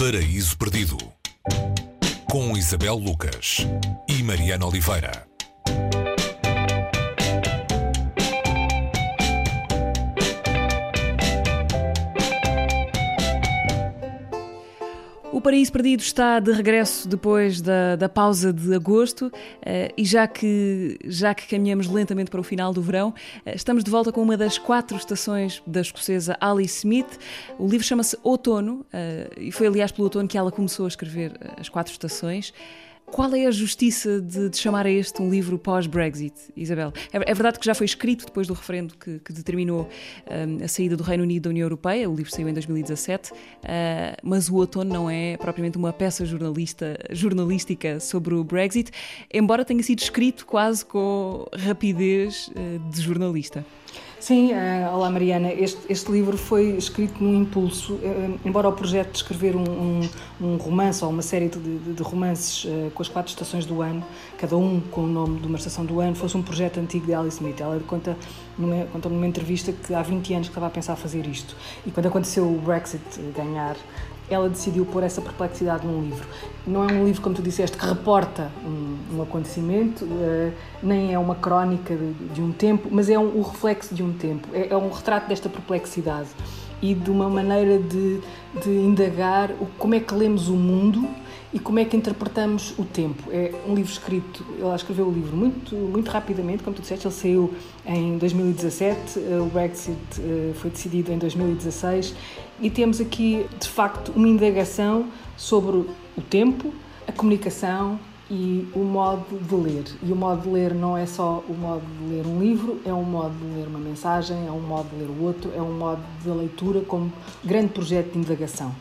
Paraíso Perdido, com Isabel Lucas e Mariana Oliveira. O Paraíso Perdido está de regresso depois da pausa de agosto e já que caminhamos lentamente para o final do verão, estamos de volta com uma das 4 estações da escocesa Alice Smith. O livro chama-se Outono e foi aliás pelo outono que ela começou a escrever as 4 estações. Qual é a justiça de chamar a este um livro pós-Brexit, Isabel? É verdade que já foi escrito depois do referendo que determinou a saída do Reino Unido da União Europeia, o livro saiu em 2017, mas o Outono não é propriamente uma peça jornalística sobre o Brexit, embora tenha sido escrito quase com rapidez de jornalista. Sim, olá Mariana, este livro foi escrito num impulso, embora o projeto de escrever um romance ou uma série de romances com as 4 estações do ano, cada um com o nome de uma estação do ano, fosse um projeto antigo de Alice Smith. Ela conta numa entrevista que há 20 anos que estava a pensar fazer isto, e quando aconteceu o Brexit ganhar, ela decidiu pôr essa perplexidade num livro. Não é um livro, como tu disseste, que reporta um acontecimento, nem é uma crónica de um tempo, mas é o reflexo de um tempo. É um retrato desta perplexidade e de uma maneira de indagar como é que lemos o mundo e como é que interpretamos o tempo. É um livro escrito, ela escreveu o livro muito, muito rapidamente, como tu disseste, ele saiu em 2017, o Brexit foi decidido em 2016, e temos aqui, de facto, uma indagação sobre o tempo, a comunicação e o modo de ler. E o modo de ler não é só o modo de ler um livro, é um modo de ler uma mensagem, é um modo de ler o outro, é um modo de leitura como grande projeto de indagação.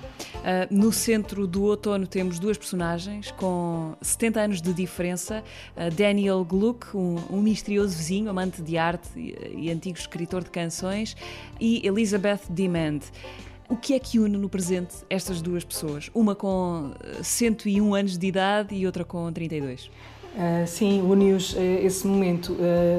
No centro do Outono temos 2 personagens com 70 anos de diferença. Daniel Gluck, um misterioso vizinho, amante de arte e antigo escritor de canções, e Elizabeth Demand. O que é que une no presente estas 2 pessoas? Uma com 101 anos de idade e outra com 32. Sim, une-os esse momento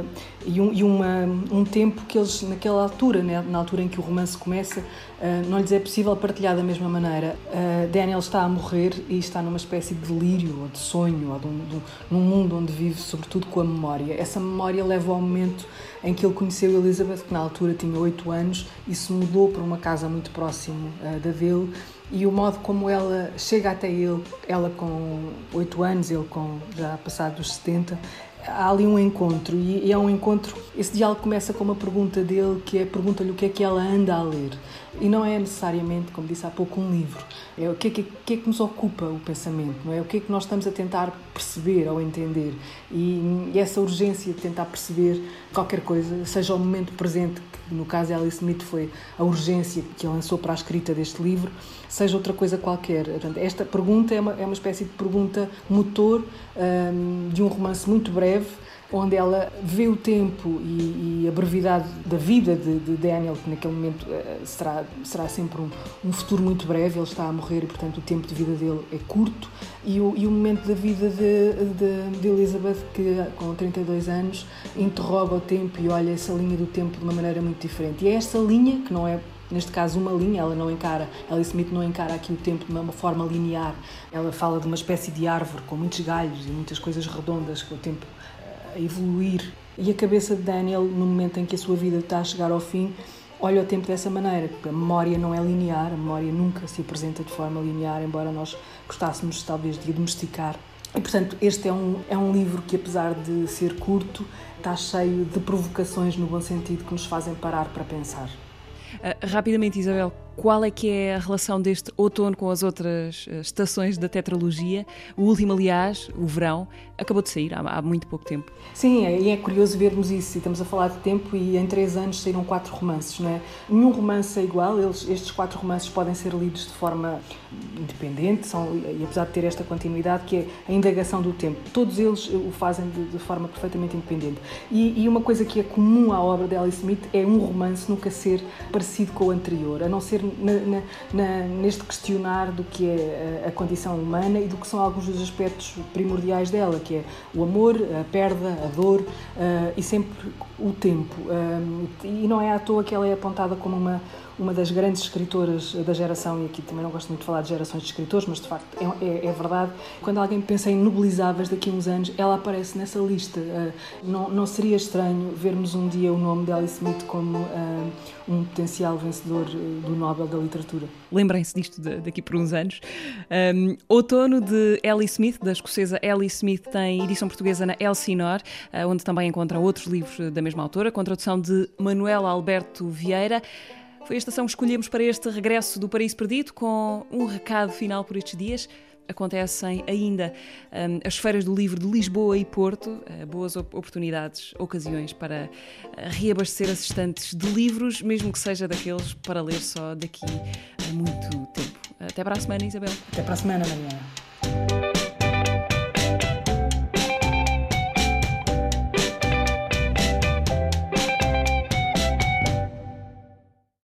e um tempo que eles, naquela altura, né, na altura em que o romance começa, não lhes é possível partilhar da mesma maneira. Daniel está a morrer e está numa espécie de delírio ou de sonho, ou num mundo onde vive sobretudo com a memória. Essa memória leva ao momento em que ele conheceu Elizabeth, que na altura tinha 8 anos, e se mudou para uma casa muito próximo da dele. E o modo como ela chega até ele, ela com 8 anos, ele com já passado dos 70, há ali um encontro, e é um encontro, esse diálogo começa com uma pergunta dele, que é: pergunta-lhe o que é que ela anda a ler. E não é necessariamente, como disse há pouco, um livro. É o que é que nos ocupa o pensamento, não é? O que é que nós estamos a tentar perceber ou entender. E essa urgência de tentar perceber qualquer coisa, seja o momento presente, que no caso de Alice Smith foi a urgência que ela lançou para a escrita deste livro, seja outra coisa qualquer. Portanto, esta pergunta é uma espécie de pergunta motor de um romance muito breve, onde ela vê o tempo e a brevidade da vida de Daniel, que naquele momento será sempre um futuro muito breve. Ele está a morrer e, portanto, o tempo de vida dele é curto, e o momento da vida de Elizabeth, que com 32 anos interroga o tempo e olha essa linha do tempo de uma maneira muito diferente. E é esta linha, que não é neste caso uma linha, Alice Smith não encara aqui o tempo de uma forma linear. Ela fala de uma espécie de árvore com muitos galhos e muitas coisas redondas, com o tempo a evoluir. E a cabeça de Daniel, no momento em que a sua vida está a chegar ao fim, olha o tempo dessa maneira, porque a memória não é linear, a memória nunca se apresenta de forma linear, embora nós gostássemos talvez de a domesticar. E, portanto, este é um livro que, apesar de ser curto, está cheio de provocações no bom sentido, que nos fazem parar para pensar. Rapidamente, Isabel, qual é que é a relação deste outono com as outras estações da tetralogia? O último, aliás, o verão, acabou de sair há muito pouco tempo. Sim, e é curioso vermos isso. Estamos a falar de tempo e em 3 anos saíram 4 romances, não é? Nenhum romance é igual. Estes 4 romances podem ser lidos de forma independente, e apesar de ter esta continuidade, que é a indagação do tempo. Todos eles o fazem de forma perfeitamente independente. E uma coisa que é comum à obra de Alice Smith é um romance nunca ser parecido com o anterior, a não ser neste questionar do que é a condição humana e do que são alguns dos aspectos primordiais dela, que é o amor, a perda, a dor, e sempre o tempo. E não é à toa que ela é apontada como uma das grandes escritoras da geração, e aqui também não gosto muito de falar de gerações de escritores, mas de facto é verdade. Quando alguém pensa em nobilizáveis daqui a uns anos, ela aparece nessa lista. Não seria estranho vermos um dia o nome de Ellie Smith como um potencial vencedor do Nobel da Literatura. Lembrem-se disto daqui por uns anos. Outono, de Ellie Smith, da escocesa Ellie Smith, tem edição portuguesa na Elsinore, onde também encontram outros livros da mesma autora, com tradução de Manuel Alberto Vieira. Foi a estação que escolhemos para este regresso do Paraíso Perdido, com um recado final por estes dias. Acontecem ainda as feiras do livro de Lisboa e Porto, boas oportunidades, ocasiões para reabastecer as estantes de livros, mesmo que seja daqueles para ler só daqui a muito tempo. Até para a semana, Isabel. Até para a semana, Mariana.